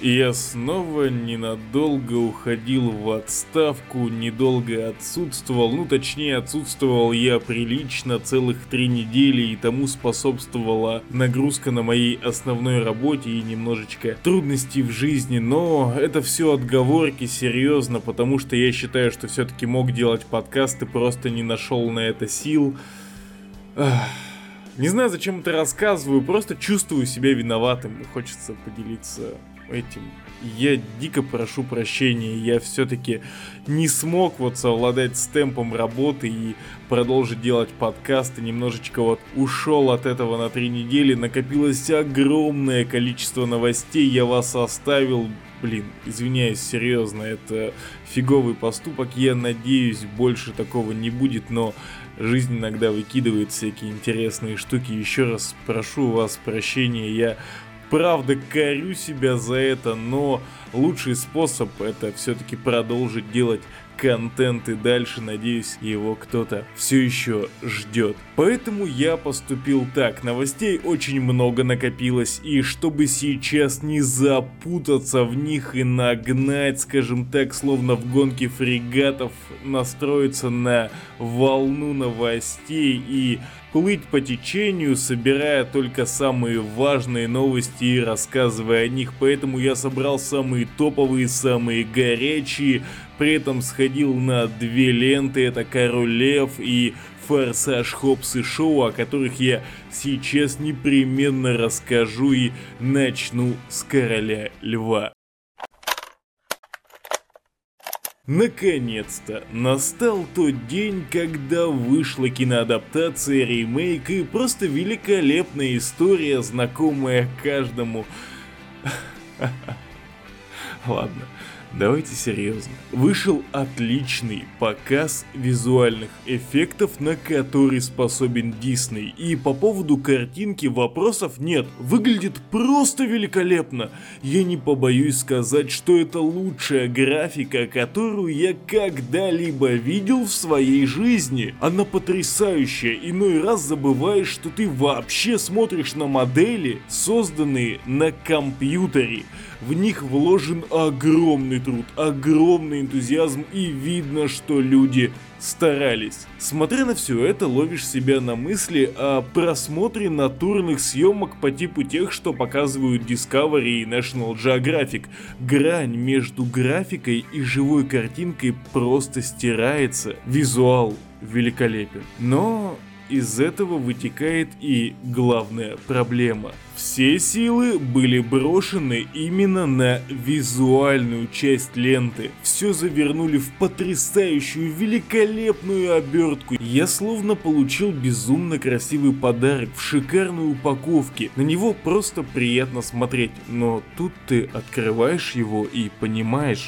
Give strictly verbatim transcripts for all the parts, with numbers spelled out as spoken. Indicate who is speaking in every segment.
Speaker 1: Я снова ненадолго уходил в отставку, недолго отсутствовал, ну точнее отсутствовал я прилично целых три недели, и тому способствовала нагрузка на моей основной работе и немножечко трудностей в жизни, но это все отговорки, серьезно, потому что я считаю, что все-таки мог делать подкасты, просто не нашел на это сил. Ах. Не знаю, зачем это рассказываю, просто чувствую себя виноватым, и хочется поделиться этим. Я дико прошу прощения, я все-таки не смог вот совладать с темпом работы и продолжить делать подкасты, немножечко вот ушел от этого на три недели, накопилось огромное количество новостей, я вас оставил, блин, извиняюсь, серьезно, это фиговый поступок, я надеюсь, больше такого не будет, но жизнь иногда выкидывает всякие интересные штуки, еще раз прошу у вас прощения, я правда корю себя за это, но лучший способ это все-таки продолжить делать контент и дальше, надеюсь, его кто-то все еще ждет. Поэтому я поступил так, новостей очень много накопилось, и чтобы сейчас не запутаться в них и нагнать, скажем так, словно в гонке фрегатов, настроиться на волну новостей и плыть по течению, собирая только самые важные новости и рассказывая о них, поэтому я собрал самые топовые, самые горячие, при этом сходил на две ленты, это Король Лев и Форсаж Хоббс и Шоу, о которых я сейчас непременно расскажу и начну с Короля Льва. Наконец-то настал тот день, когда вышла киноадаптация, ремейк и просто великолепная история, знакомая каждому. Ладно, давайте серьезно. Вышел отличный показ визуальных эффектов, на который способен Дисней. И по поводу картинки вопросов нет. Выглядит просто великолепно. Я не побоюсь сказать, что это лучшая графика, которую я когда-либо видел в своей жизни. Она потрясающая. Иной раз забываешь, что ты вообще смотришь на модели, созданные на компьютере. В них вложен огромный труд, огромный энтузиазм, и видно, что люди старались. Смотря на все это, ловишь себя на мысли о просмотре натурных съемок по типу тех, что показывают Discovery и National Geographic. Грань между графикой и живой картинкой просто стирается. Визуал великолепен. Но из этого вытекает и главная проблема. Все силы были брошены именно на визуальную часть ленты. Все завернули в потрясающую, великолепную обертку. Я словно получил безумно красивый подарок в шикарной упаковке. На него просто приятно смотреть. Но тут ты открываешь его и понимаешь,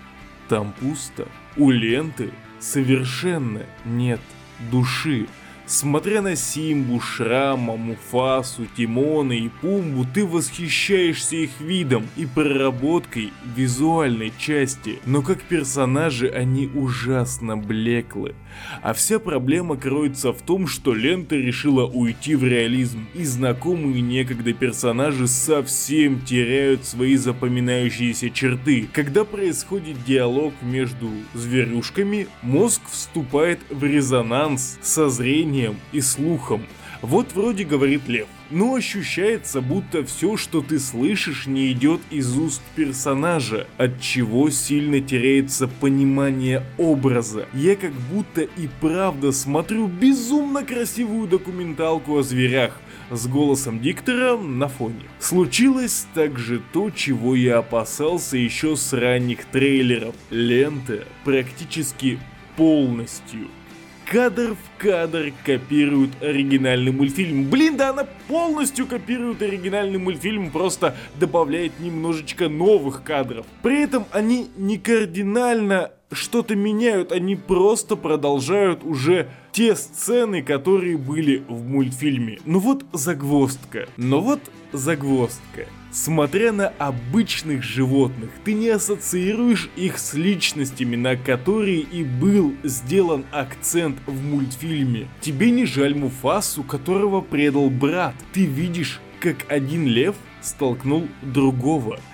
Speaker 1: там пусто. У ленты совершенно нет души. Смотря на Симбу, Шрама, Муфасу, Тимона и Пумбу, ты восхищаешься их видом и проработкой визуальной части. Но как персонажи они ужасно блеклы. А вся проблема кроется в том, что лента решила уйти в реализм, и знакомые некогда персонажи совсем теряют свои запоминающиеся черты. Когда происходит диалог между зверюшками, мозг вступает в резонанс со зрением и слухом. Вот вроде говорит лев, но ощущается, будто все, что ты слышишь, не идет из уст персонажа, от чего сильно теряется понимание образа. Я как будто и правда смотрю безумно красивую документалку о зверях с голосом диктора на фоне. Случилось также то, чего я опасался еще с ранних трейлеров. Лента практически полностью, кадр в кадр копирует оригинальный мультфильм. Блин, да она полностью копирует оригинальный мультфильм, просто добавляет немножечко новых кадров. При этом они не кардинально что-то меняют, они просто продолжают уже те сцены, которые были в мультфильме. Ну вот загвоздка. Но вот загвоздка. Смотря на обычных животных, ты не ассоциируешь их с личностями, на которые и был сделан акцент в мультфильме. Тебе не жаль Муфасу, которого предал брат. Ты видишь, как один лев столкнул другого.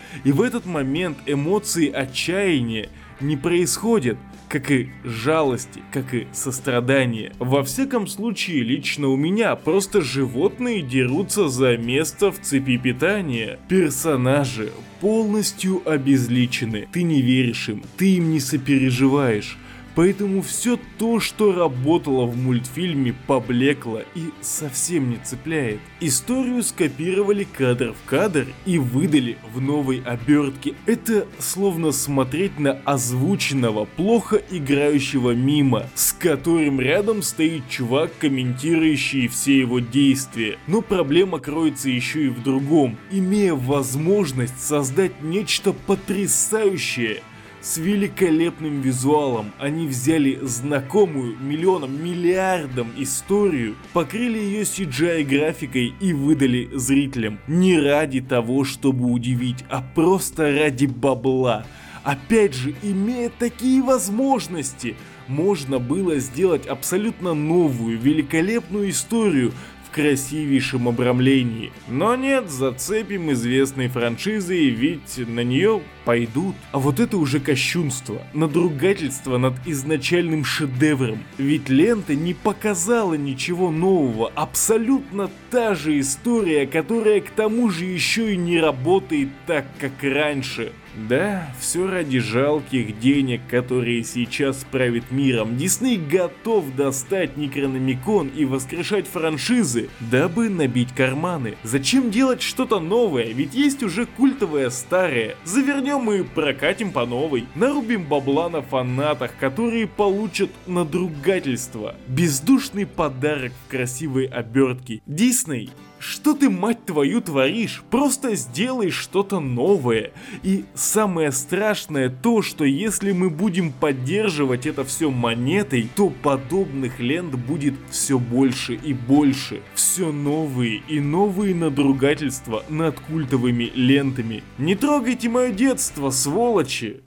Speaker 1: И в этот момент эмоции отчаяния не происходят, как и жалости, как и сострадания. Во всяком случае, лично у меня просто животные дерутся за место в цепи питания. Персонажи полностью обезличены, ты не веришь им, ты им не сопереживаешь. Поэтому все то, что работало в мультфильме, поблекло и совсем не цепляет. Историю скопировали кадр в кадр и выдали в новой обертке. Это словно смотреть на озвученного, плохо играющего мима, с которым рядом стоит чувак, комментирующий все его действия. Но проблема кроется еще и в другом. Имея возможность создать нечто потрясающее, с великолепным визуалом, они взяли знакомую миллионам, миллиардам историю, покрыли ее си джи ай графикой и выдали зрителям. Не ради того, чтобы удивить, а просто ради бабла. Опять же, имея такие возможности, можно было сделать абсолютно новую, великолепную историю в красивейшем обрамлении. Но нет, зацепим известной франшизой, ведь на нее пойдут. А вот это уже кощунство, надругательство над изначальным шедевром. Ведь лента не показала ничего нового, абсолютно та же история, которая к тому же еще и не работает так, как раньше. Да, все ради жалких денег, которые сейчас правят миром. Дисней готов достать Некрономикон и воскрешать франшизы, дабы набить карманы. Зачем делать что-то новое, ведь есть уже культовое старое. Завернем и прокатим по новой. Нарубим бабла на фанатах, которые получат надругательство. Бездушный подарок в красивой обертке. Дисней, что ты, мать твою, творишь? Просто сделай что-то новое. И самое страшное то, что если мы будем поддерживать это все монетой, то подобных лент будет все больше и больше. Все новые и новые надругательства над культовыми лентами. Не трогайте мое детство, сволочи!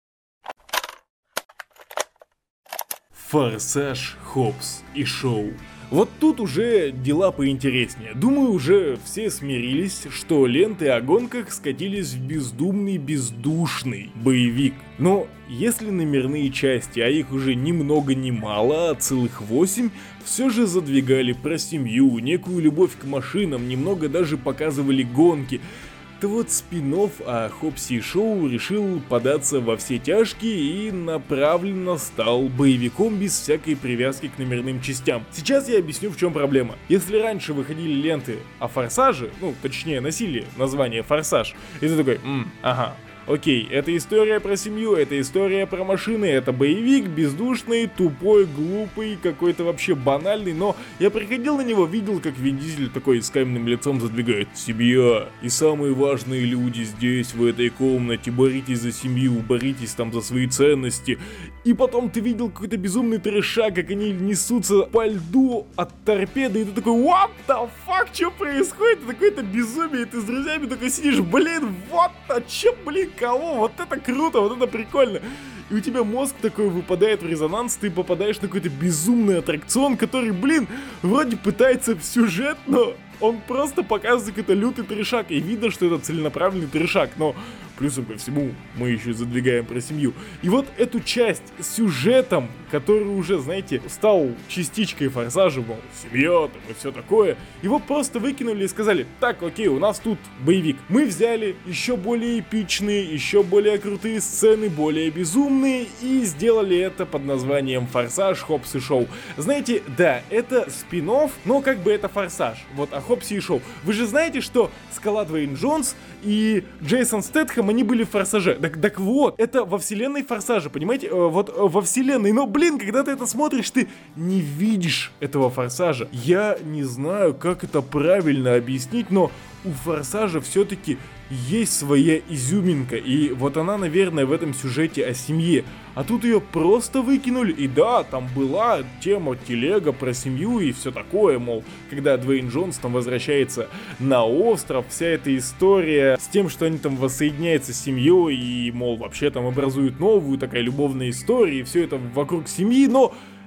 Speaker 1: Форсаж, Хоббс и Шоу. Вот тут уже дела поинтереснее. Думаю, уже все смирились, что ленты о гонках скатились в бездумный, бездушный боевик. Но если номерные части, а их уже ни много ни мало, а целых восемь, все же задвигали про семью, некую любовь к машинам, немного даже показывали гонки, то вот спин-офф о Хоббсе и Шоу решил податься во все тяжкие и направленно стал боевиком без всякой привязки к номерным частям. Сейчас я объясню, в чем проблема. Если раньше выходили ленты о Форсаже, ну точнее носили название Форсаж, и ты такой, ммм, ага, окей, это история про семью, это история про машины, это боевик бездушный, тупой, глупый, какой-то вообще банальный, но я приходил на него, видел, как Вин Дизель такой с каменным лицом задвигает: семья, и самые важные люди здесь, в этой комнате, боритесь за семью, боритесь там за свои ценности. И потом ты видел какой-то безумный трешак, как они несутся по льду от торпеды, и ты такой: what the fuck, что происходит? Это какое-то безумие, и ты с друзьями такой сидишь: блин, вот, а чё, блин, кого? Вот это круто, вот это прикольно. И у тебя мозг такой выпадает в резонанс, ты попадаешь на какой-то безумный аттракцион, который, блин, вроде пытается в сюжет, но он просто показывает какой-то лютый трешак, и видно, что это целенаправленный трешак, но плюсом ко всему мы еще задвигаем про семью. И вот эту часть с сюжетом, который уже, знаете, стал частичкой Форсажа, мол, семья там и все такое, его просто выкинули и сказали: так, окей, у нас тут боевик. Мы взяли еще более эпичные, еще более крутые сцены, более безумные, и сделали это под названием Форсаж, Хоббс и Шоу. Знаете, да, это спин-офф, но как бы это Форсаж. Вот о Хоббсе и Шоу. Вы же знаете, что Скала Дуэйн Джонс и Джейсон Стэтхэм, они были в Форсаже. Так, так вот, это во вселенной Форсажа, понимаете? Э, вот э, во вселенной. Но, блин, когда ты это смотришь, ты не видишь этого Форсажа. Я не знаю, как это правильно объяснить, но у Форсажа все-таки есть своя изюминка, и вот она, наверное, в этом сюжете о семье. А тут ее просто выкинули, и да, там была тема телега про семью и все такое, мол, когда Дуэйн Джонс там возвращается на остров, вся эта история с тем, что они там воссоединяются с семьей и, мол, вообще там образуют новую такая любовная история, и все это вокруг семьи, но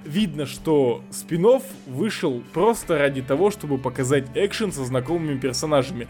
Speaker 1: видно, что спин-офф вышел просто ради того, чтобы показать экшен со знакомыми персонажами,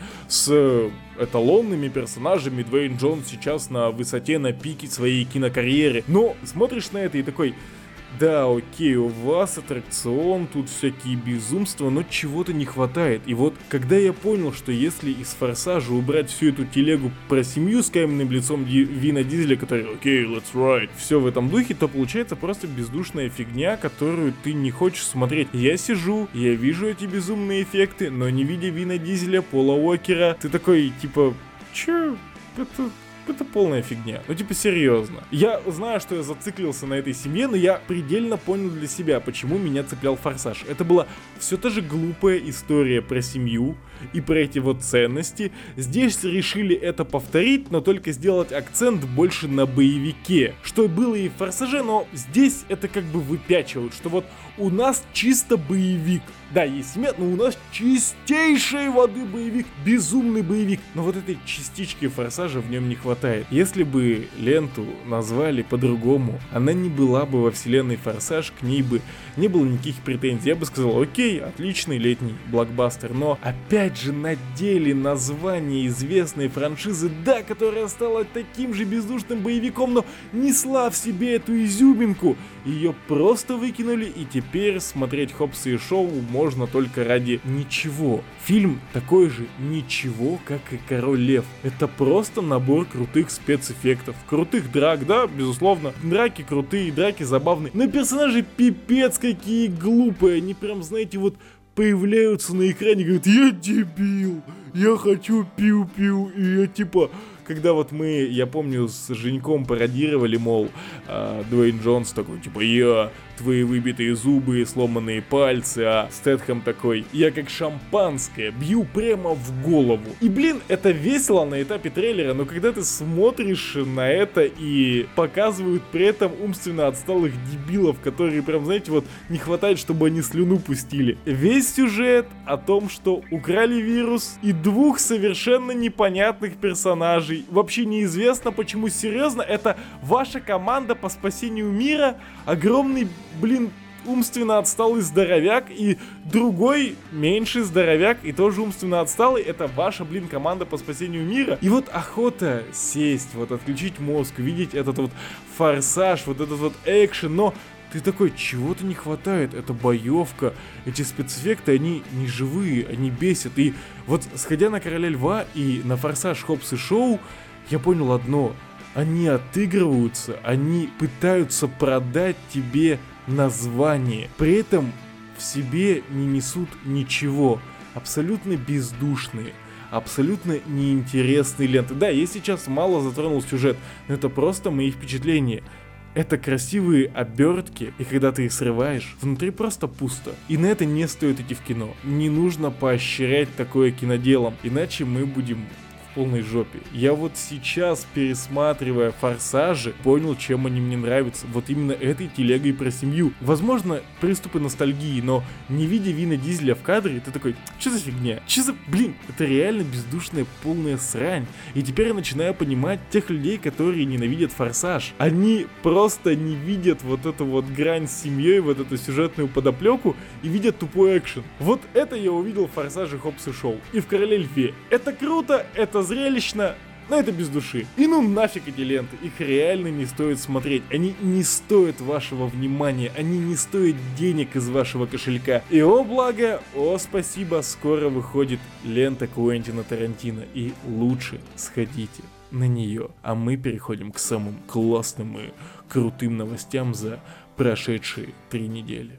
Speaker 1: с эталонными персонажами. Дуэйн Джонс сейчас на высоте, на пике своей кинокарьеры. Но смотришь на это и такой: да, окей, у вас аттракцион, тут всякие безумства, но чего-то не хватает. И вот, когда я понял, что если из Форсажа убрать всю эту телегу про семью с каменным лицом Ди- Вина Дизеля, который, окей, let's ride, все в этом духе, то получается просто бездушная фигня, которую ты не хочешь смотреть. Я сижу, я вижу эти безумные эффекты, но не видя Вина Дизеля, Пола Уокера, ты такой, типа, чё, это... Это полная фигня. Ну типа серьезно. Я знаю, что я зациклился на этой семье, но я предельно понял для себя, почему меня цеплял Форсаж. Это была все та же глупая история про семью и про эти вот ценности. Здесь решили это повторить, но только сделать акцент больше на боевике. Что было и в Форсаже, но здесь это как бы выпячивают, что вот у нас чисто боевик. Да, есть семья, но у нас чистейшей воды боевик, безумный боевик. Но вот этой частички Форсажа в нем не хватает. Если бы ленту назвали по-другому, она не была бы во вселенной Форсаж, к ней бы не было никаких претензий. Я бы сказал, окей, отличный летний блокбастер, но опять же надели название известной франшизы, да, которая стала таким же бездушным боевиком, но несла в себе эту изюминку. Ее просто выкинули, и теперь смотреть Хоббса и Шоу можно только ради ничего. Фильм такой же ничего, как и Король Лев. Это просто набор крутых спецэффектов, крутых драк, да, безусловно. Драки крутые, драки забавные, но персонажи пипец какие глупые. Они прям, знаете, вот появляются на экране и говорят: я дебил, я хочу пиу-пиу, и я типа... Когда вот мы, я помню, с Женьком пародировали, мол, э, Дуэйн Джонс такой, типа, я, твои выбитые зубы, сломанные пальцы, а Стэтхэм такой, я как шампанское, бью прямо в голову. И, блин, это весело на этапе трейлера, но когда ты смотришь на это и показывают при этом умственно отсталых дебилов, которые прям, знаете, вот не хватает, чтобы они слюну пустили. Весь сюжет о том, что украли вирус и двух совершенно непонятных персонажей. Вообще неизвестно, почему. Серьезно, это ваша команда по спасению мира, огромный, блин, умственно отсталый здоровяк и другой меньший здоровяк и тоже умственно отсталый. Это ваша, блин, команда по спасению мира. И вот охота сесть, вот отключить мозг, видеть этот вот форсаж, вот этот вот экшен, но ты такой, чего-то не хватает, это боевка, эти спецэффекты, они не живые, они бесят. И вот сходя на Короля Льва и на Форсаж, Хоббс и Шоу, я понял одно: они отыгрываются, они пытаются продать тебе название, при этом в себе не несут ничего, абсолютно бездушные, абсолютно неинтересные ленты. Да, я сейчас мало затронул сюжет, но это просто мои впечатления. Это красивые обертки, и когда ты их срываешь, внутри просто пусто. И на это не стоит идти в кино. Не нужно поощрять такое киноделом, иначе мы будем в полной жопе. Я вот сейчас, пересматривая Форсажи, понял, чем они мне нравятся. Вот именно этой телегой про семью. Возможно, приступы ностальгии, но не видя Вина Дизеля в кадре, ты такой, что за фигня? Что за... Блин, это реально бездушная полная срань. И теперь я начинаю понимать тех людей, которые ненавидят Форсаж. Они просто не видят вот эту вот грань с семьей, вот эту сюжетную подоплеку, и видят тупой экшен. Вот это я увидел в Форсаже, Хоббс и Шоу. И в Короле Льве. Это круто, это зрелищно, но это без души. И ну нафиг эти ленты, их реально не стоит смотреть. Они не стоят вашего внимания, они не стоят денег из вашего кошелька. И о благо, о спасибо, скоро выходит лента Квентина Тарантино, и лучше сходите на нее. А мы переходим к самым классным и крутым новостям за прошедшие три недели.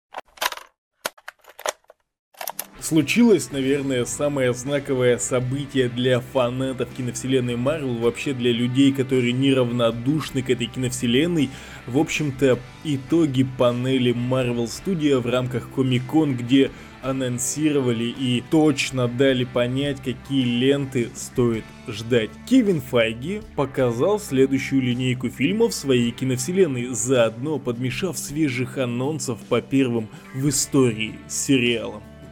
Speaker 1: Случилось, наверное, самое знаковое событие для фанатов киновселенной Марвел, вообще для людей, которые неравнодушны к этой киновселенной. В общем-то, итоги панели Marvel Studio в рамках Comic-Con, где анонсировали и точно дали понять, какие ленты стоит ждать. Кевин Файги показал следующую линейку фильмов своей киновселенной, заодно подмешав свежих анонсов по первым в истории сериалам.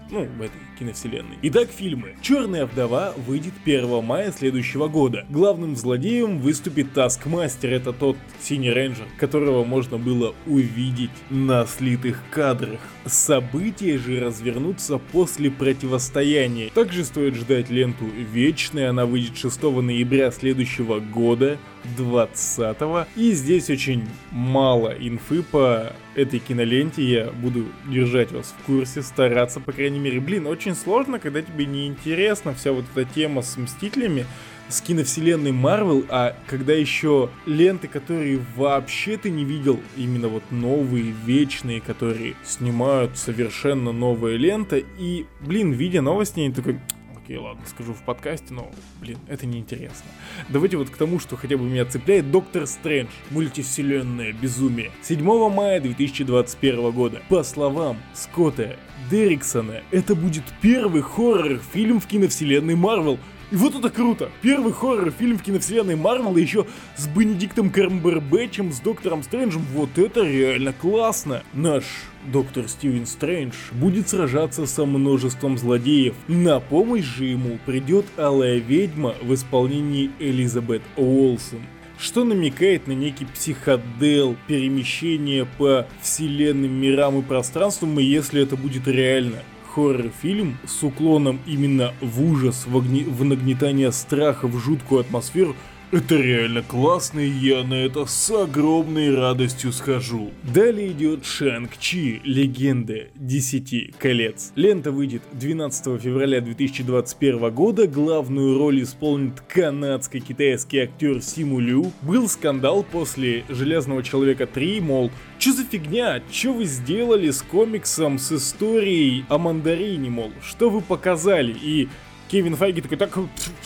Speaker 1: ну, в этой киновселенной. Итак, фильмы. «Черная вдова» выйдет первого мая следующего года. Главным злодеем выступит Таскмастер, это тот синий рейнджер, которого можно было увидеть на слитых кадрах. События же развернутся после противостояния. Также стоит ждать ленту «Вечная», она выйдет шестого ноября следующего года, двадцатого. И здесь очень мало инфы по этой киноленте, я буду держать вас в курсе, стараться, по крайней мере. Блин, очень сложно, когда тебе не интересна вся вот эта тема с Мстителями, с киновселенной Marvel, а когда еще ленты, которые вообще ты не видел, именно вот новые, вечные, которые снимают совершенно новая лента, и, блин, видя новости, я такой... Окей, ладно, скажу в подкасте, но, блин, это неинтересно. Давайте вот к тому, что хотя бы меня цепляет. «Доктор Стрэндж. Мультивселенное безумие». седьмого мая две тысячи двадцать первого года. По словам Скотта Дерриксона, это будет первый хоррор-фильм в киновселенной Marvel. И вот это круто! Первый хоррор-фильм в киновселенной Marvel, и еще с Бенедиктом Камбербэтчем, с Доктором Стрэнджем. Вот это реально классно! Наш доктор Стивен Стрэндж будет сражаться со множеством злодеев. На помощь же ему придет Алая Ведьма в исполнении Элизабет Уолсон, что намекает на некий психодел, перемещение по вселенным мирам и пространствам, и если это будет реально хоррор-фильм с уклоном именно в ужас, в, огни... в нагнетание страха, в жуткую атмосферу, это реально классно, и я на это с огромной радостью схожу. Далее идет «Шанг-Чи. Легенда Десяти Колец». Лента выйдет двенадцатого февраля две тысячи двадцать первого года. Главную роль исполнит канадско-китайский актер Симу Лю. Был скандал после «Железного человека три», мол, чё за фигня, чё вы сделали с комиксом, с историей о мандарине, мол, что вы показали? И Кевин Файги такой, так...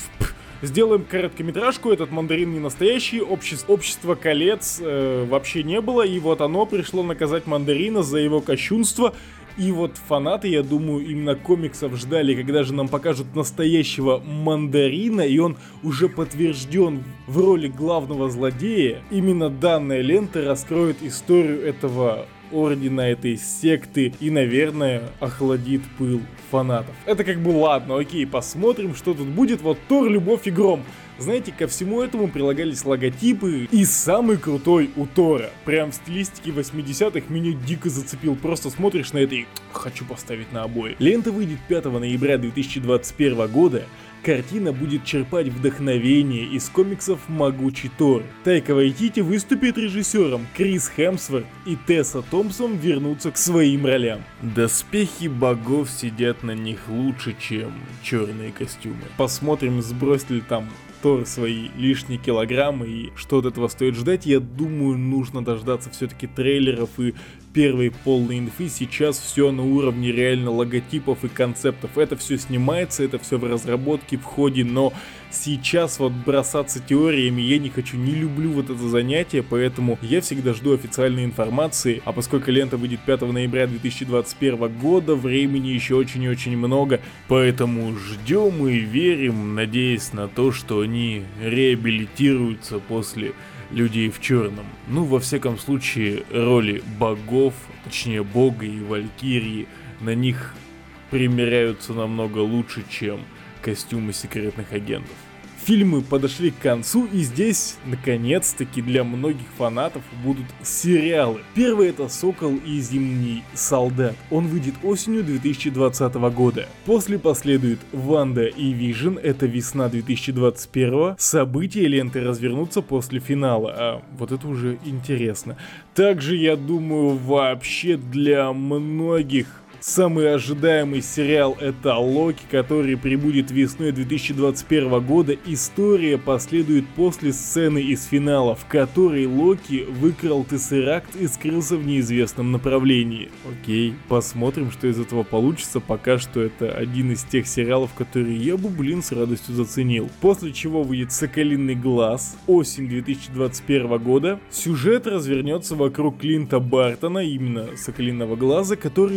Speaker 1: Сделаем короткометражку, этот мандарин не настоящий, общество, общество колец э, вообще не было, и вот оно пришло наказать мандарина за его кощунство. И вот фанаты, я думаю, именно комиксов ждали, когда же нам покажут настоящего мандарина, и он уже подтвержден в роли главного злодея. Именно данная лента раскроет историю этого ордена, этой секты, и, наверное, охладит пыл фанатов. Это как бы ладно, окей, посмотрим, что тут будет. Вот Тор, Любовь и Гром. Знаете, ко всему этому прилагались логотипы, и самый крутой у Тора, прям в стилистике восьмидесятых, меня дико зацепил. Просто смотришь на это и хочу поставить на обои. Лента выйдет пятого ноября две тысячи двадцать первого года. Картина будет черпать вдохновение из комиксов «Могучий Тор». Тайка Вайтити выступит режиссером, Крис Хемсворт и Тесса Томпсон вернутся к своим ролям. Доспехи богов сидят на них лучше, чем черные костюмы. Посмотрим, сбросит ли там Тор свои лишние килограммы и что от этого стоит ждать. Я думаю, нужно дождаться все-таки трейлеров и первой полной инфы. Сейчас все на уровне реально логотипов и концептов. Это все снимается, это все в разработке, в ходе, но сейчас вот бросаться теориями я не хочу, не люблю вот это занятие, поэтому я всегда жду официальной информации. А поскольку лента выйдет пятого ноября две тысячи двадцать первого года, времени еще очень и очень много, поэтому ждем и верим, надеясь на то, что они реабилитируются после людей в черном. Ну, во всяком случае, роли богов, точнее бога и валькирии, на них примеряются намного лучше, чем костюмы секретных агентов. Фильмы подошли к концу, и здесь, наконец-таки, для многих фанатов будут сериалы. Первый — это «Сокол и Зимний солдат». Он выйдет осенью две тысячи двадцатого года. После последует «Ванда и Вижн», это весна две тысячи двадцать первого. События ленты развернутся после финала, а вот это уже интересно. Также, я думаю, вообще для многих самый ожидаемый сериал — это «Локи», который прибудет весной две тысячи двадцать первого года. История последует после сцены из финала, в которой Локи выкрал Тессеракт и скрылся в неизвестном направлении. Окей, посмотрим, что из этого получится. Пока что это один из тех сериалов, которые я бы, блин, с радостью заценил. После чего выйдет «Соколиный глаз», осень две тысячи двадцать первого года. Сюжет развернется вокруг Клинта Бартона, именно «Соколиного глаза», который займет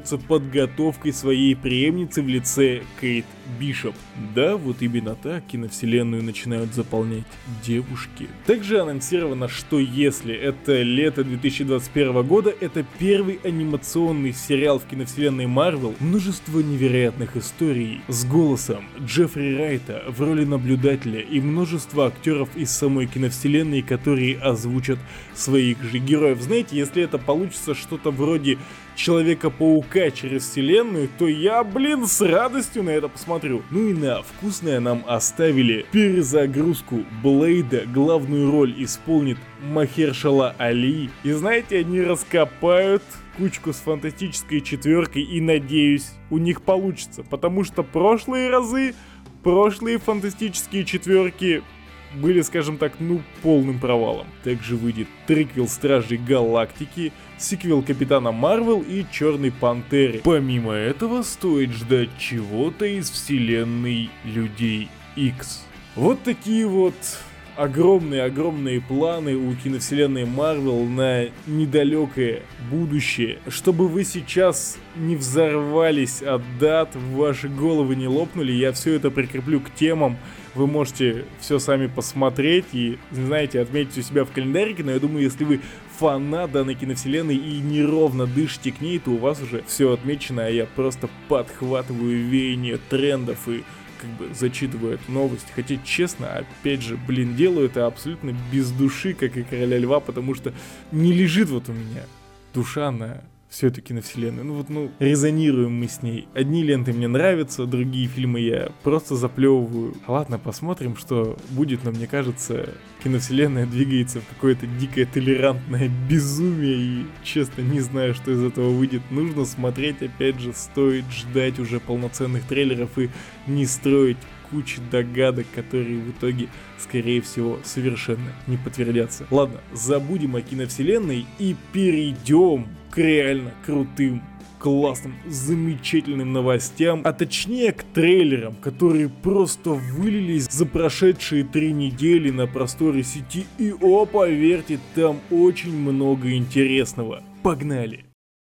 Speaker 1: занимаются подготовкой своей преемницы в лице Кейт Бишоп. Да, вот именно так киновселенную начинают заполнять девушки. Также анонсировано, что если это лето две тысячи двадцать первого года, это первый анимационный сериал в киновселенной Марвел, множество невероятных историй с голосом Джеффри Райта в роли наблюдателя и множество актеров из самой киновселенной, которые озвучат своих же героев. Знаете, если это получится что-то вроде Человека-паука через вселенную, то я, блин, с радостью на это посмотрю. Ну и на вкусное нам оставили перезагрузку Блейда. Главную роль исполнит Махершала Али. И знаете, они раскопают кучку с фантастической четверкой, и надеюсь, у них получится. Потому что прошлые разы, прошлые фантастические четверки были, скажем так, ну, полным провалом. Также выйдет триквел Стражей Галактики, сиквел Капитана Марвел и Черной Пантеры. Помимо этого, стоит ждать чего-то из вселенной Людей Икс. Вот такие вот огромные-огромные планы у киновселенной Марвел на недалекое будущее. Чтобы вы сейчас не взорвались от дат, ваши головы не лопнули, я все это прикреплю к темам. Вы можете все сами посмотреть и, знаете, отметить у себя в календарике, но я думаю, если вы фанат данной киновселенной и неровно дышите к ней, то у вас уже все отмечено, а я просто подхватываю веяние трендов и как бы зачитываю эту новость. Хотя, честно, опять же, блин, делаю это абсолютно без души, как и Короля Льва, потому что не лежит вот у меня душа на всю эту киновселенную. Ну вот, ну, резонируем мы с ней. Одни ленты мне нравятся, другие фильмы я просто заплевываю. Ладно, посмотрим, что будет, но мне кажется, киновселенная двигается в какое-то дикое толерантное безумие, и, честно, не знаю, что из этого выйдет. Нужно смотреть, опять же, стоит ждать уже полноценных трейлеров и не строить кучу догадок, которые в итоге, скорее всего, совершенно не подтвердятся. Ладно, забудем о киновселенной и перейдем к реально крутым, классным, замечательным новостям, а точнее к трейлерам, которые просто вылились за прошедшие три недели на просторы сети, и, о, поверьте, там очень много интересного. Погнали!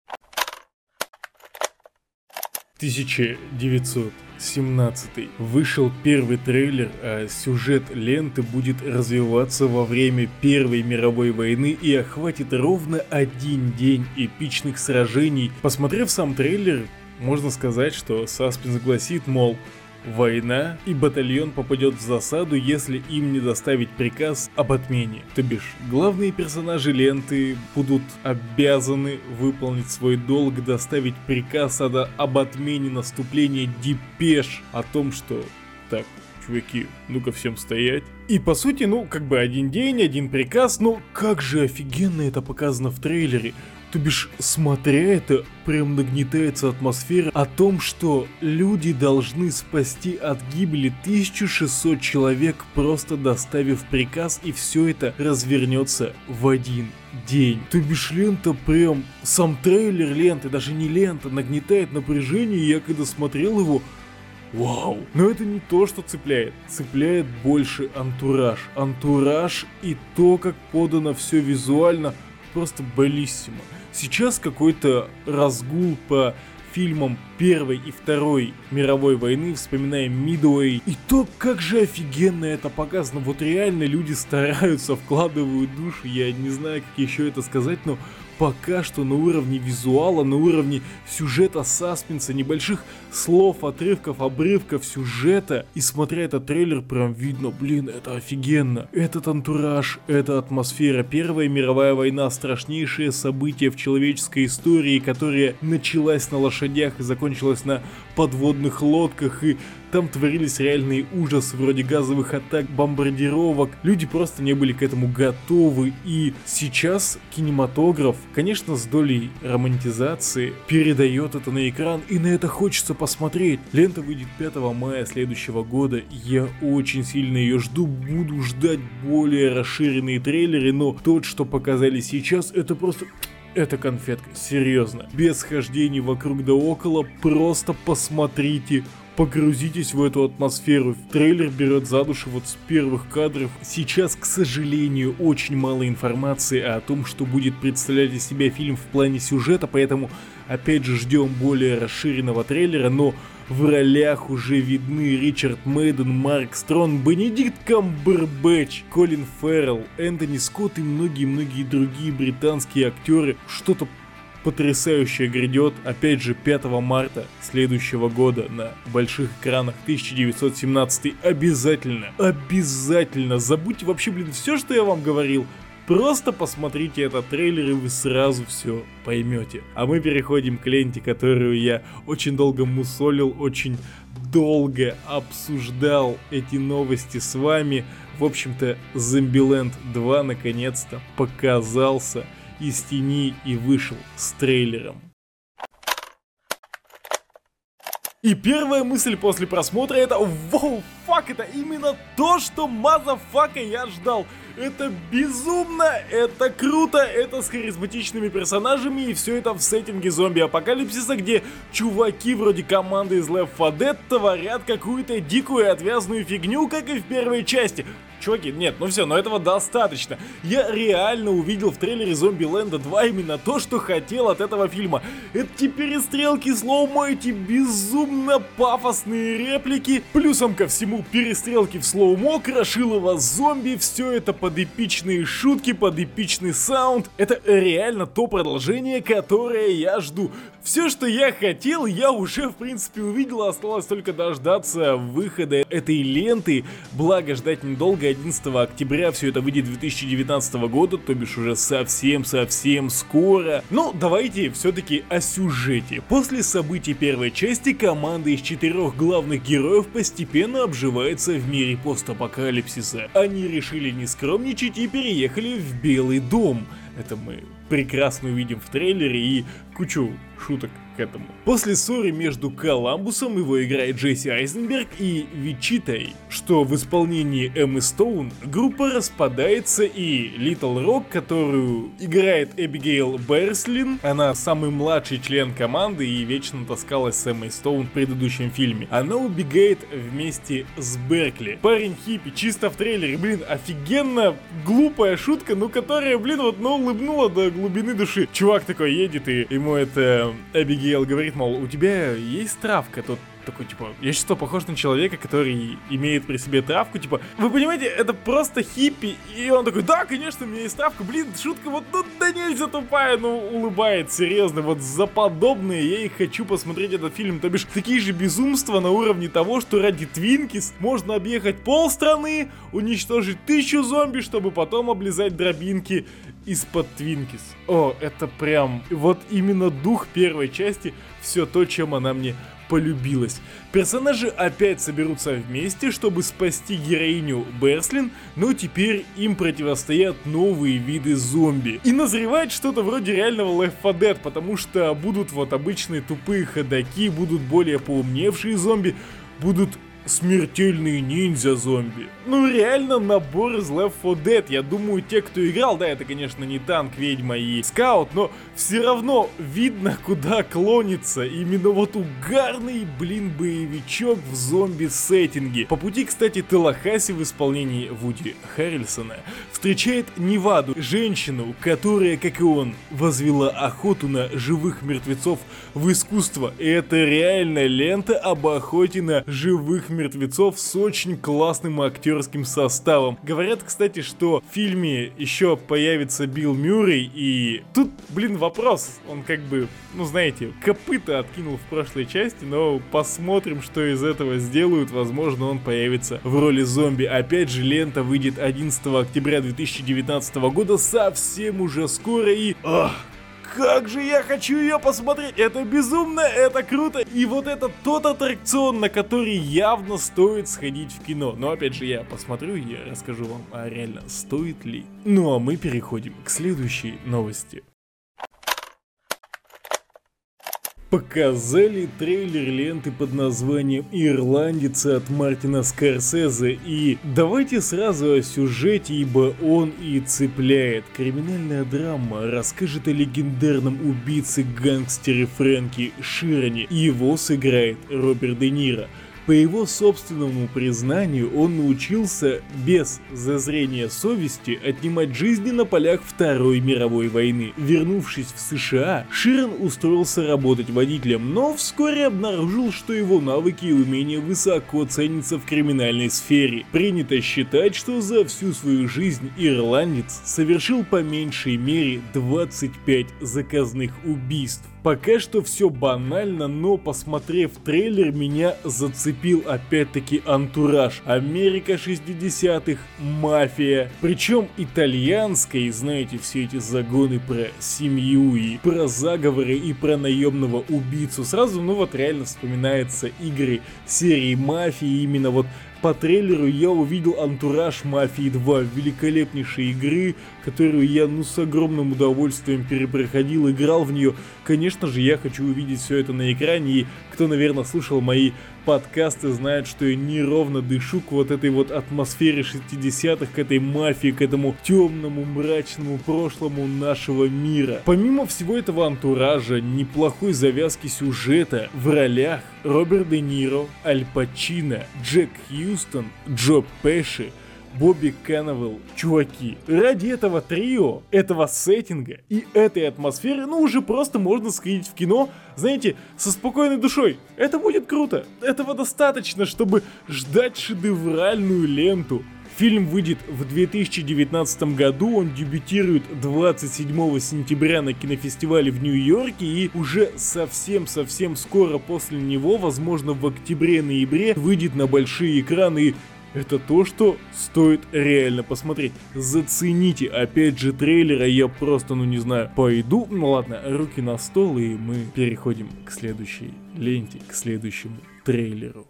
Speaker 1: тысяча девятьсот семнадцатый. Вышел первый трейлер, а сюжет ленты будет развиваться во время Первой мировой войны и охватит ровно один день эпичных сражений. Посмотрев сам трейлер, можно сказать, что саспенс гласит, мол, война, и батальон попадет в засаду, если им не доставить приказ об отмене. То бишь, главные персонажи ленты будут обязаны выполнить свой долг, доставить приказ об отмене наступления, депеш о том, что так, чуваки, ну-ка всем стоять. И по сути, ну, как бы один день, один приказ, но как же офигенно это показано в трейлере. То бишь, смотря это, прям нагнетается атмосфера о том, что люди должны спасти от гибели тысячу шестьсот человек, просто доставив приказ, и все это развернется в один день. То бишь, лента прям, сам трейлер ленты, даже не лента, нагнетает напряжение, и я когда смотрел его, вау. Но это не то, что цепляет. Цепляет больше антураж. Антураж и то, как подано все визуально, просто баллиссимо. Сейчас какой-то разгул по фильмам Первой и Второй мировой войны, вспоминаем Midway. И то, как же офигенно это показано. Вот реально люди стараются, вкладывают душу. Я не знаю, как еще это сказать, но пока что на уровне визуала, на уровне сюжета, саспенса, небольших слов, отрывков, обрывков сюжета. И смотря этот трейлер, прям видно, блин, это офигенно. Этот антураж, эта атмосфера. Первая мировая война, страшнейшее событие в человеческой истории, которая началась на лошадях и закончилась на подводных лодках, и там творились реальные ужасы вроде газовых атак, бомбардировок. Люди просто не были к этому готовы, и сейчас кинематограф, конечно, с долей романтизации, передает это на экран, и на это хочется посмотреть. Лента выйдет пятого мая следующего года, я очень сильно ее жду, буду ждать более расширенные трейлеры, но тот, что показали сейчас, это просто... Это конфетка, серьезно. Без хождений вокруг да около, просто посмотрите, погрузитесь в эту атмосферу. Трейлер берет за душу вот с первых кадров. Сейчас, к сожалению, очень мало информации о том, что будет представлять из себя фильм в плане сюжета, поэтому опять же ждем более расширенного трейлера, но в ролях уже видны Ричард Мэдден, Марк Стронг, Бенедикт Камбербэтч, Колин Феррелл, Энтони Скотт и многие-многие другие британские актеры. Что-то потрясающее грядет, опять же, пятого марта следующего года на больших экранах. Тысяча девятьсот семнадцатый. Обязательно, обязательно забудьте вообще, блин, все, что я вам говорил. Просто посмотрите этот трейлер, и вы сразу все поймете. А мы переходим к ленте, которую я очень долго мусолил, очень долго обсуждал эти новости с вами. В общем-то, Zombieland два наконец-то показался из тени и вышел с трейлером. И первая мысль после просмотра это: воу, фак, это именно то, что мазафака я ждал. Это безумно, это круто, это с харизматичными персонажами, и все это в сеттинге зомби-апокалипсиса, где чуваки вроде команды из Left фор Dead творят какую-то дикую и отвязную фигню, как и в первой части. Чуваки, нет, ну все, но этого достаточно. Я реально увидел в трейлере Zombieland два именно то, что хотел от этого фильма. Эти перестрелки слоумо, эти безумно пафосные реплики. Плюсом ко всему перестрелки в слоумо, крошилово зомби, все это под эпичные шутки, под эпичный саунд. Это реально то продолжение, которое я жду. Все, что я хотел, я уже в принципе увидел, осталось только дождаться выхода этой ленты. Благо ждать недолго, одиннадцатого октября все это выйдет две тысячи девятнадцатого года, то бишь уже совсем-совсем скоро. Но давайте все-таки о сюжете. После событий первой части команда из четырех главных героев постепенно обживается в мире постапокалипсиса. Они решили не скромничать и переехали в Белый дом. Это мы прекрасно увидим в трейлере и кучу шуток к этому. После ссоры между Коламбусом, его играет Джесси Айзенберг, и Вичитой, что в исполнении Эммы Стоун, группа распадается, и Литл Рок, которую играет Эбигейл Берслин, она самый младший член команды и вечно таскалась с Эммой Стоун в предыдущем фильме, она убегает вместе с Беркли. Парень хиппи, чисто в трейлере, блин, офигенно глупая шутка, ну которая, блин, вот ну улыбнула до глубины души. Чувак такой едет, и ему это Эбигейл говорит, мол, у тебя есть травка? Тот такой, типа, я что, похож на человека, который имеет при себе травку? Типа, вы понимаете, это просто хиппи. И он такой, да, конечно, у меня есть травка. Блин, шутка вот, ну да нельзя тупая, ну улыбает, серьезно. Вот за подобные я и хочу посмотреть этот фильм. То бишь, такие же безумства на уровне того, что ради Твинкис можно объехать полстраны, уничтожить тысячу зомби, чтобы потом облизать дробинки из-под Твинкис. О, это прям, вот именно дух первой части, все то, чем она мне полюбилась. Персонажи опять соберутся вместе, чтобы спасти героиню Берслин, но теперь им противостоят новые виды зомби. И назревает что-то вроде реального Left фор Dead, потому что будут вот обычные тупые ходаки, будут более поумневшие зомби, будут смертельные ниндзя-зомби. Ну реально набор из Left фор Dead. Я думаю, те, кто играл, да, это конечно не танк, ведьма и скаут, но все равно видно, куда клонится именно вот угарный, блин, боевичок в зомби-сеттинге. По пути, кстати, Талахаси в исполнении Вуди Харрельсона встречает Неваду, женщину, которая, как и он, возвела охоту на живых мертвецов в искусство. И это реально лента об охоте на живых мертвецов с очень классным актерским составом. Говорят, кстати, что в фильме еще появится Билл Мюррей, и тут, блин, вопрос, он как бы, ну знаете, копыта откинул в прошлой части, но посмотрим, что из этого сделают. Возможно, он появится в роли зомби. Опять же, лента выйдет одиннадцатого октября две тысячи девятнадцатого года, совсем уже скоро, и... Ах, как же я хочу ее посмотреть! Это безумно, это круто! И вот это тот аттракцион, на который явно стоит сходить в кино. Но опять же, я посмотрю и расскажу вам, а реально стоит ли. Ну а мы переходим к следующей новости. Показали трейлер ленты под названием «Ирландец» от Мартина Скорсезе. И давайте сразу о сюжете, ибо он и цепляет. Криминальная драма расскажет о легендарном убийце-гангстере Фрэнки Широне. Его сыграет Роберт Де Ниро. По его собственному признанию, он научился без зазрения совести отнимать жизни на полях Второй мировой войны. Вернувшись в США, Ширан устроился работать водителем, но вскоре обнаружил, что его навыки и умения высоко ценятся в криминальной сфере. Принято считать, что за всю свою жизнь ирландец совершил по меньшей мере двадцать пять заказных убийств. Пока что все банально, но посмотрев трейлер, меня зацепил опять-таки антураж. Америка шестидесятых, мафия. Причем итальянская, и знаете, все эти загоны про семью и про заговоры и про наемного убийцу. Сразу, ну вот реально вспоминаются игры серии мафии, именно вот по трейлеру я увидел антураж Мафии два, великолепнейшей игры, которую я ну с огромным удовольствием перепроходил, играл в нее. Конечно же, я хочу увидеть все это на экране, и кто, наверное, слушал мои подкасты, знает, что я неровно дышу к вот этой вот атмосфере шестидесятых, к этой мафии, к этому темному, мрачному прошлому нашего мира. Помимо всего этого антуража, неплохой завязки сюжета, в ролях Роберт Де Ниро, Аль Пачино, Джек Хьюстон, Джо Пеши, Бобби Кенневелл. Чуваки, ради этого трио, этого сеттинга и этой атмосферы, ну уже просто можно сходить в кино, знаете, со спокойной душой. Это будет круто. Этого достаточно, чтобы ждать шедевральную ленту. Фильм выйдет в две тысячи девятнадцатом году, он дебютирует двадцать седьмого сентября на кинофестивале в Нью-Йорке, и уже совсем-совсем скоро после него, возможно в октябре-ноябре, выйдет на большие экраны. И это то, что стоит реально посмотреть. Зацените, опять же, трейлера, я просто, ну не знаю, пойду. Ну ладно, руки на стол, и мы переходим к следующей ленте, к следующему трейлеру.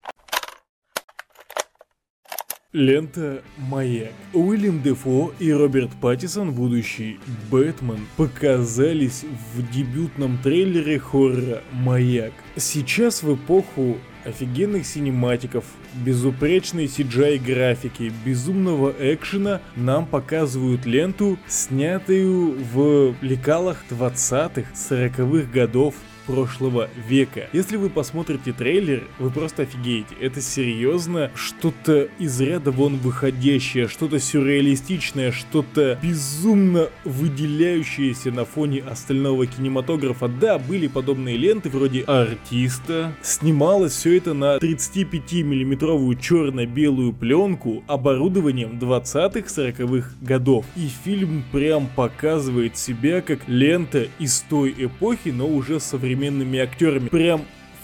Speaker 1: Лента «Маяк». Уильям Дефо и Роберт Паттинсон, будущий Бэтмен, показались в дебютном трейлере хоррора «Маяк». Сейчас в эпоху офигенных синематиков, безупречной си джи ай-графики, безумного экшена нам показывают ленту, снятую в лекалах двадцатых, сороковых годов прошлого века. Если вы посмотрите трейлер, вы просто офигеете. Это серьезно что-то из ряда вон выходящее, что-то сюрреалистичное, что-то безумно выделяющееся на фоне остального кинематографа. Да, были подобные ленты вроде «Артиста». Снималось все это на тридцатипятимиллиметровую черно-белую пленку оборудованием двадцатых-сороковых годов. И фильм прям показывает себя как лента из той эпохи, но уже современной актерами. Прям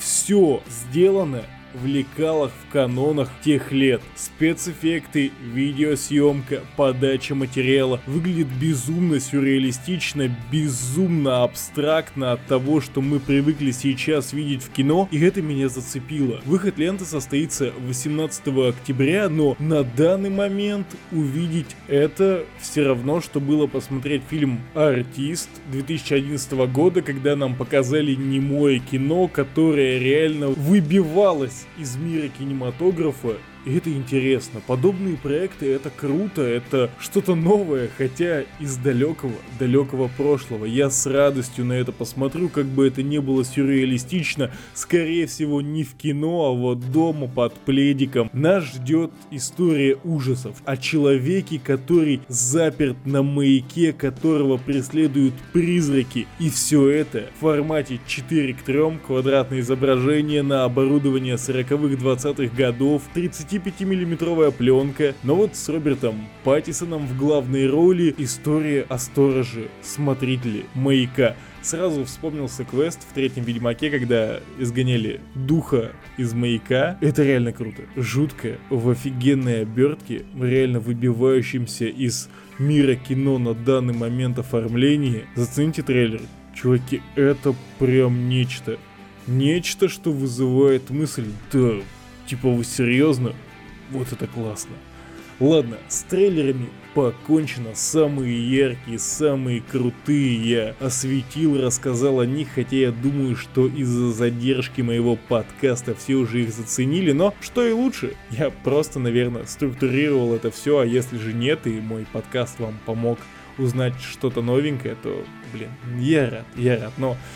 Speaker 1: все сделано в лекалах, в канонах тех лет. Спецэффекты, видеосъемка, подача материала выглядит безумно сюрреалистично, безумно абстрактно от того, что мы привыкли сейчас видеть в кино, и это меня зацепило. Выход ленты состоится восемнадцатого октября, но на данный момент увидеть это все равно, что было посмотреть фильм «Артист» две тысячи одиннадцатого года, когда нам показали немое кино, которое реально выбивалось из мира кинематографа. И это интересно. Подобные проекты — это круто, это что-то новое, хотя из далекого, далекого прошлого. Я с радостью на это посмотрю, как бы это не было сюрреалистично. Скорее всего, не в кино, а вот дома под пледиком. Нас ждет история ужасов о человеке, который заперт на маяке, которого преследуют призраки. И все это в формате четыре к трем, квадратное изображение на оборудование сороковых двадцатых годов, тридцатипятимиллиметровая пленка, но вот с Робертом Паттинсоном в главной роли история о стороже, смотрителе маяка. Сразу вспомнился квест в третьем Ведьмаке, когда изгоняли духа из маяка. Это реально круто. Жутко, в офигенной обертке, реально выбивающимся из мира кино на данный момент оформления. Зацените трейлер. Чуваки, это прям нечто. Нечто, что вызывает мысль: да, типа вы серьезно? Вот это классно. Ладно, с трейлерами покончено. Самые яркие, самые крутые я осветил, рассказал о них, хотя я думаю, что из-за задержки моего подкаста все уже их заценили, но что и лучше, я просто, наверное, структурировал это все, а если же нет, и мой подкаст вам помог узнать что-то новенькое, то, блин, я рад, я рад, но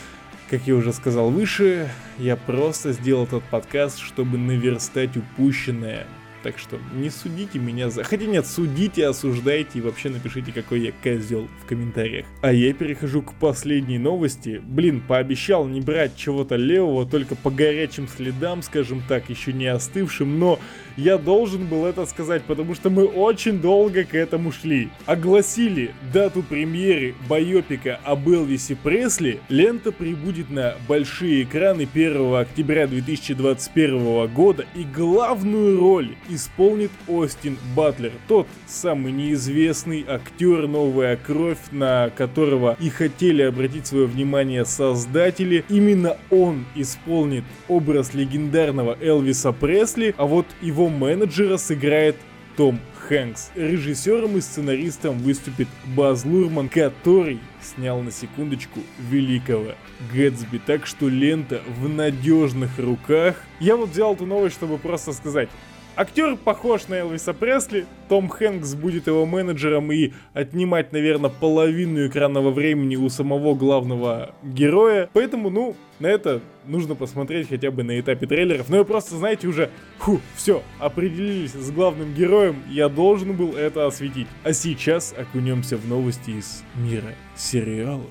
Speaker 1: Как я уже сказал выше, я просто сделал этот подкаст, чтобы наверстать упущенное. Так что не судите меня за... Хотя нет, судите, осуждайте и вообще напишите, какой я козел в комментариях. А я перехожу к последней новости. Блин, пообещал не брать чего-то левого, только по горячим следам, скажем так, еще не остывшим, но я должен был это сказать, потому что мы очень долго к этому шли. Огласили дату премьеры байопика об Элвисе Пресли. Лента прибудет на большие экраны первого октября две тысячи двадцать первого года, и главную роль исполнит Остин Батлер, тот самый неизвестный актер, новая кровь, на которого и хотели обратить свое внимание создатели. Именно он исполнит образ легендарного Элвиса Пресли, а вот его менеджера сыграет Том Хэнкс. Режиссером и сценаристом выступит Баз Лурман, который снял, на секундочку, великого Гэтсби. Так что лента в надежных руках. Я вот взял эту новость, чтобы просто сказать: актер похож на Элвиса Пресли, Том Хэнкс будет его менеджером и отнимать, наверное, половину экранного времени у самого главного героя. Поэтому, ну, на это нужно посмотреть хотя бы на этапе трейлеров. Но вы просто, знаете, уже, фу, все, определились с главным героем, я должен был это осветить. А сейчас окунемся в новости из мира сериалов.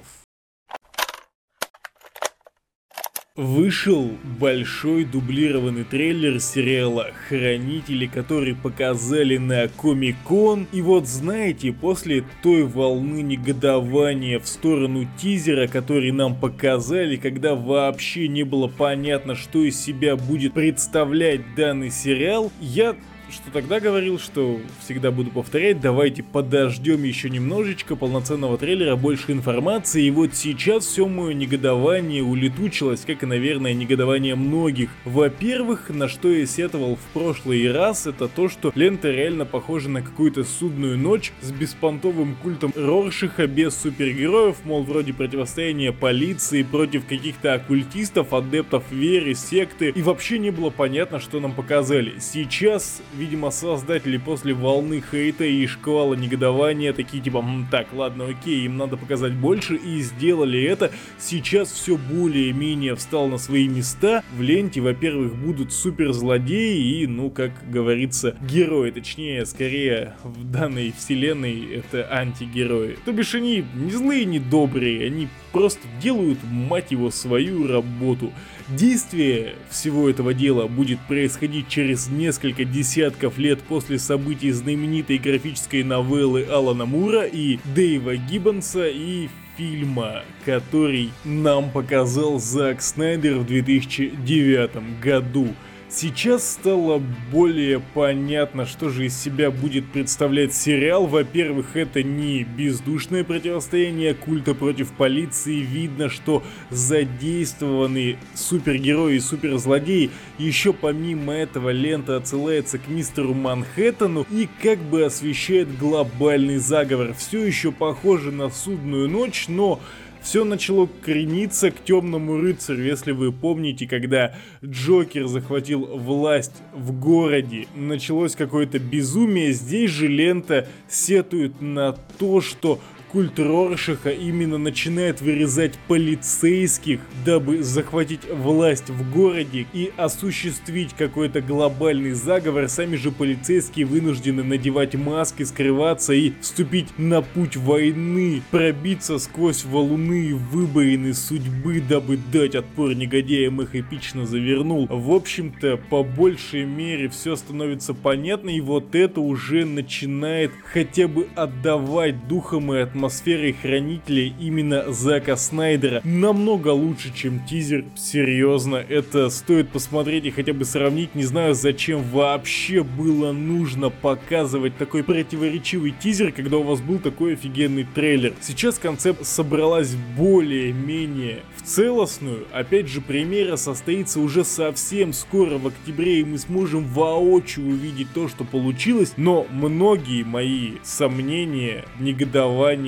Speaker 1: Вышел большой дублированный трейлер сериала «Хранители», который показали на Комик-кон. И вот знаете, после той волны негодования в сторону тизера, который нам показали, когда вообще не было понятно, что из себя будет представлять данный сериал, я... что тогда говорил, что всегда буду повторять, давайте подождем еще немножечко полноценного трейлера, больше информации, и вот сейчас все мое негодование улетучилось, как и, наверное, негодование многих. Во-первых, на что я сетовал в прошлый раз, это то, что лента реально похожа на какую-то судную ночь с беспонтовым культом Роршаха без супергероев, мол, вроде противостояния полиции против каких-то оккультистов, адептов веры, секты, и вообще не было понятно, что нам показали. Сейчас... видимо, создатели после волны хейта и шквала негодования такие типа, М, так, ладно, окей, им надо показать больше, и сделали это. Сейчас все более-менее встало на свои места. В ленте, во-первых, будут суперзлодеи и, ну, как говорится, герои, точнее, скорее, в данной вселенной это антигерои. То бишь они не злые, не добрые, они просто делают, мать его, свою работу. Действие всего этого дела будет происходить через несколько десятков лет после событий знаменитой графической новеллы Алана Мура и Дэйва Гиббонса и фильма, который нам показал Зак Снайдер в две тысячи девятом году. Сейчас стало более понятно, что же из себя будет представлять сериал. Во-первых, это не бездушное противостояние культа против полиции. Видно, что задействованы супергерои и суперзлодеи. Еще помимо этого лента отсылается к мистеру Манхэттену и как бы освещает глобальный заговор. Все еще похоже на судную ночь, но... все начало крениться к Темному рыцарю, если вы помните, когда Джокер захватил власть в городе, началось какое-то безумие. Здесь же лента сетует на то, что культ Роршаха именно начинает вырезать полицейских, дабы захватить власть в городе и осуществить какой-то глобальный заговор. Сами же полицейские вынуждены надевать маски, скрываться и вступить на путь войны, пробиться сквозь валуны и выбоины судьбы, дабы дать отпор негодяям, их эпично завернул. В общем-то, по большей мере все становится понятно, и вот это уже начинает хотя бы отдавать духом и атмосферой атмосферой Хранителей именно Зака Снайдера намного лучше, чем тизер. Серьезно, это стоит посмотреть и хотя бы сравнить. Не знаю, зачем вообще было нужно показывать такой противоречивый тизер, когда у вас был такой офигенный трейлер. Сейчас концепт собралась более-менее в целостную. Опять же, премьера состоится уже совсем скоро, в октябре, и мы сможем воочию увидеть то, что получилось. Но многие мои сомнения, негодования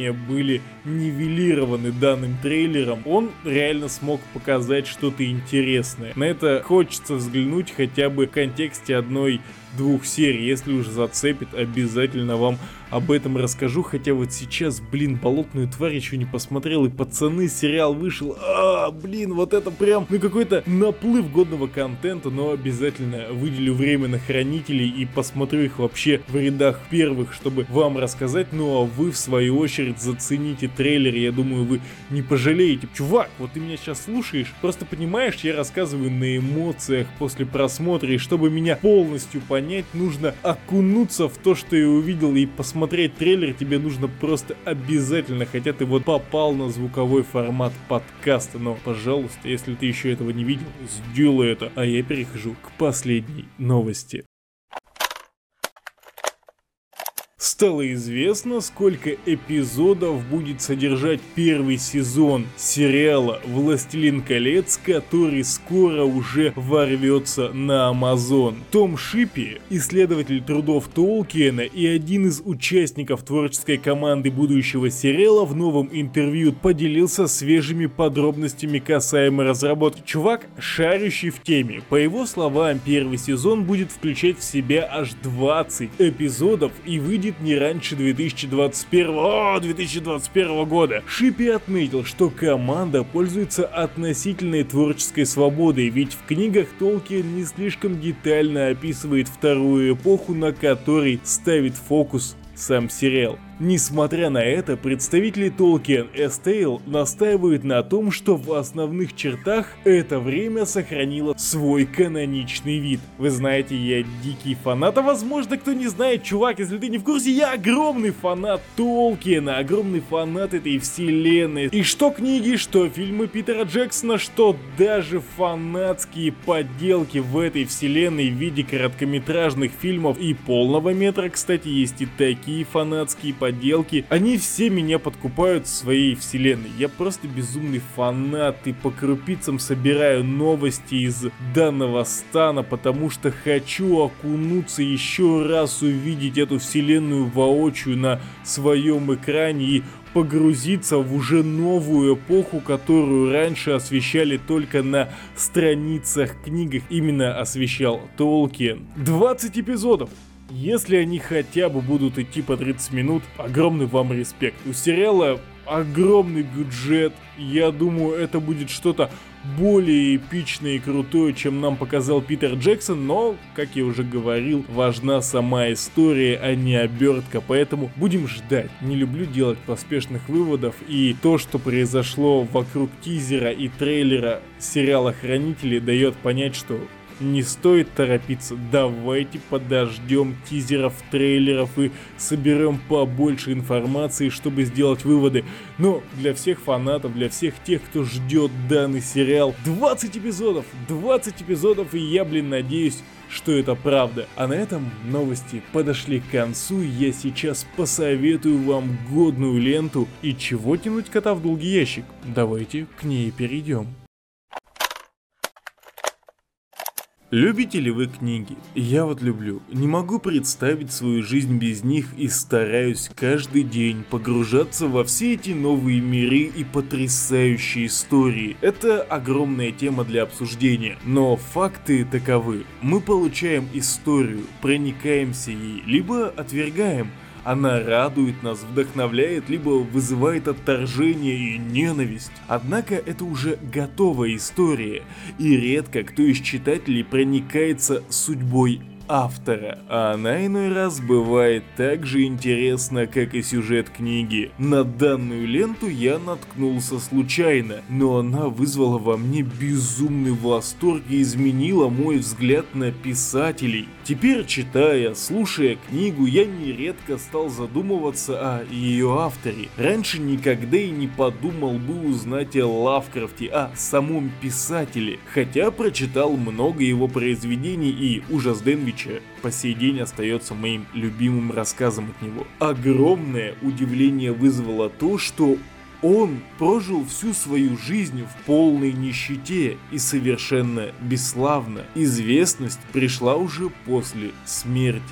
Speaker 1: ожидания были нивелированы данным трейлером. Он реально смог показать что-то интересное. На это хочется взглянуть хотя бы в контексте одной-двух серий. Если уж зацепит, обязательно вам об этом расскажу. Хотя вот сейчас, блин, «Болотную тварь» еще не посмотрел, и «Пацаны» сериал вышел. А, блин, вот это прям, ну, какой-то наплыв годного контента, но обязательно выделю время на «Хранителей» и посмотрю их вообще в рядах первых, чтобы вам рассказать. Ну а вы, в свою очередь, зацените трейлер, я думаю, вы не пожалеете. Чувак, вот ты меня сейчас слушаешь, просто понимаешь, я рассказываю на эмоциях после просмотра, и чтобы меня полностью понять, нужно окунуться в то, что я увидел, и посмотреть Смотреть трейлер тебе нужно просто обязательно, хотя ты вот попал на звуковой формат подкаста. Но, пожалуйста, если ты еще этого не видел, сделай это. А я перехожу к последней новости. Стало известно, сколько эпизодов будет содержать первый сезон сериала «Властелин колец», который скоро уже ворвется на Amazon. Том Шипи, исследователь трудов Толкиена и один из участников творческой команды будущего сериала, в новом интервью поделился свежими подробностями касаемо разработки. Чувак, шарящий в теме. По его словам, первый сезон будет включать в себя аж двадцать эпизодов и выйдет не раньше две тысячи двадцать первого, о, две тысячи двадцать первого года. Шипи отметил, что команда пользуется относительной творческой свободой, ведь в книгах Толкиен не слишком детально описывает вторую эпоху, на которой ставит фокус сам сериал. Несмотря на это, представители Tolkien Estate настаивают на том, что в основных чертах это время сохранило свой каноничный вид. Вы знаете, я дикий фанат, а возможно кто не знает, чувак, если ты не в курсе, я огромный фанат Толкиена, огромный фанат этой вселенной. И что книги, что фильмы Питера Джексона, что даже фанатские подделки в этой вселенной в виде короткометражных фильмов и полного метра, кстати, есть и такие фанатские подделки. Подделки, они все меня подкупают в своей вселенной. Я просто безумный фанат и по крупицам собираю новости из данного стана, потому что хочу окунуться еще раз, увидеть эту вселенную воочию на своем экране и погрузиться в уже новую эпоху, которую раньше освещали только на страницах книг. Именно освещал Толкиен. двадцать эпизодов. Если они хотя бы будут идти по тридцать минут, огромный вам респект. У сериала огромный бюджет, я думаю, это будет что-то более эпичное и крутое, чем нам показал Питер Джексон, но, как я уже говорил, важна сама история, а не обертка, поэтому будем ждать. Не люблю делать поспешных выводов, и то, что произошло вокруг тизера и трейлера сериала «Хранители», дает понять, что не стоит торопиться, давайте подождем тизеров, трейлеров и соберем побольше информации, чтобы сделать выводы. Но для всех фанатов, для всех тех, кто ждет данный сериал, двадцать эпизодов, двадцать эпизодов, и я, блин, надеюсь, что это правда. А на этом новости подошли к концу. Я сейчас посоветую вам годную ленту. И чего тянуть кота в долгий ящик? Давайте к ней перейдем. Любите ли вы книги? Я вот люблю. Не могу представить свою жизнь без них и стараюсь каждый день погружаться во все эти новые миры и потрясающие истории. Это огромная тема для обсуждения, но факты таковы. Мы получаем историю, проникаемся ей, либо отвергаем. Она радует нас, вдохновляет, либо вызывает отторжение и ненависть. Однако это уже готовая история, и редко кто из читателей проникается судьбой автора, а она иной раз бывает так же интересна, как и сюжет книги. На данную ленту я наткнулся случайно, но она вызвала во мне безумный восторг и изменила мой взгляд на писателей. Теперь, читая, слушая книгу, я нередко стал задумываться о ее авторе. Раньше никогда и не подумал бы узнать о Лавкрафте, о самом писателе, хотя прочитал много его произведений, и «Ужас Денвича» по сей день остается моим любимым рассказом от него. Огромное удивление вызвало то, что он прожил всю свою жизнь в полной нищете и совершенно бесславно. Известность пришла уже после смерти.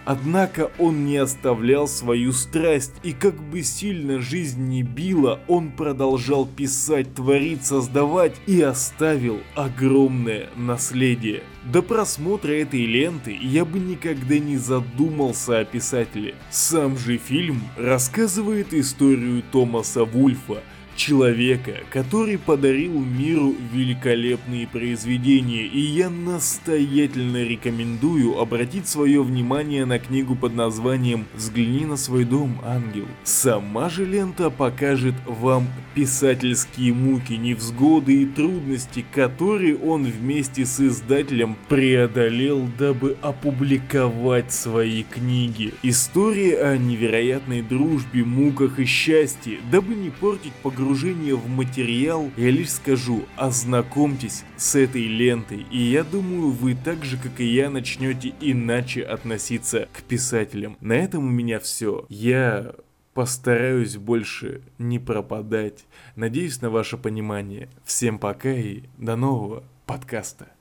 Speaker 1: Однако он не оставлял свою страсть, и как бы сильно жизнь не била, он продолжал писать, творить, создавать и оставил огромное наследие. До просмотра этой ленты я бы никогда не задумался о писателе. Сам же фильм рассказывает историю Томаса Вульфа, человека, который подарил миру великолепные произведения, и я настоятельно рекомендую обратить свое внимание на книгу под названием «Взгляни на свой дом, ангел». Сама же лента покажет вам писательские муки, невзгоды и трудности, которые он вместе с издателем преодолел, дабы опубликовать свои книги. История о невероятной дружбе, муках и счастье. Дабы не портить погружение в материал, я лишь скажу: ознакомьтесь с этой лентой, и я думаю, вы так же, как и я, начнете иначе относиться к писателям. На этом у меня все. Я постараюсь больше не пропадать. Надеюсь на ваше понимание. Всем пока и до нового подкаста.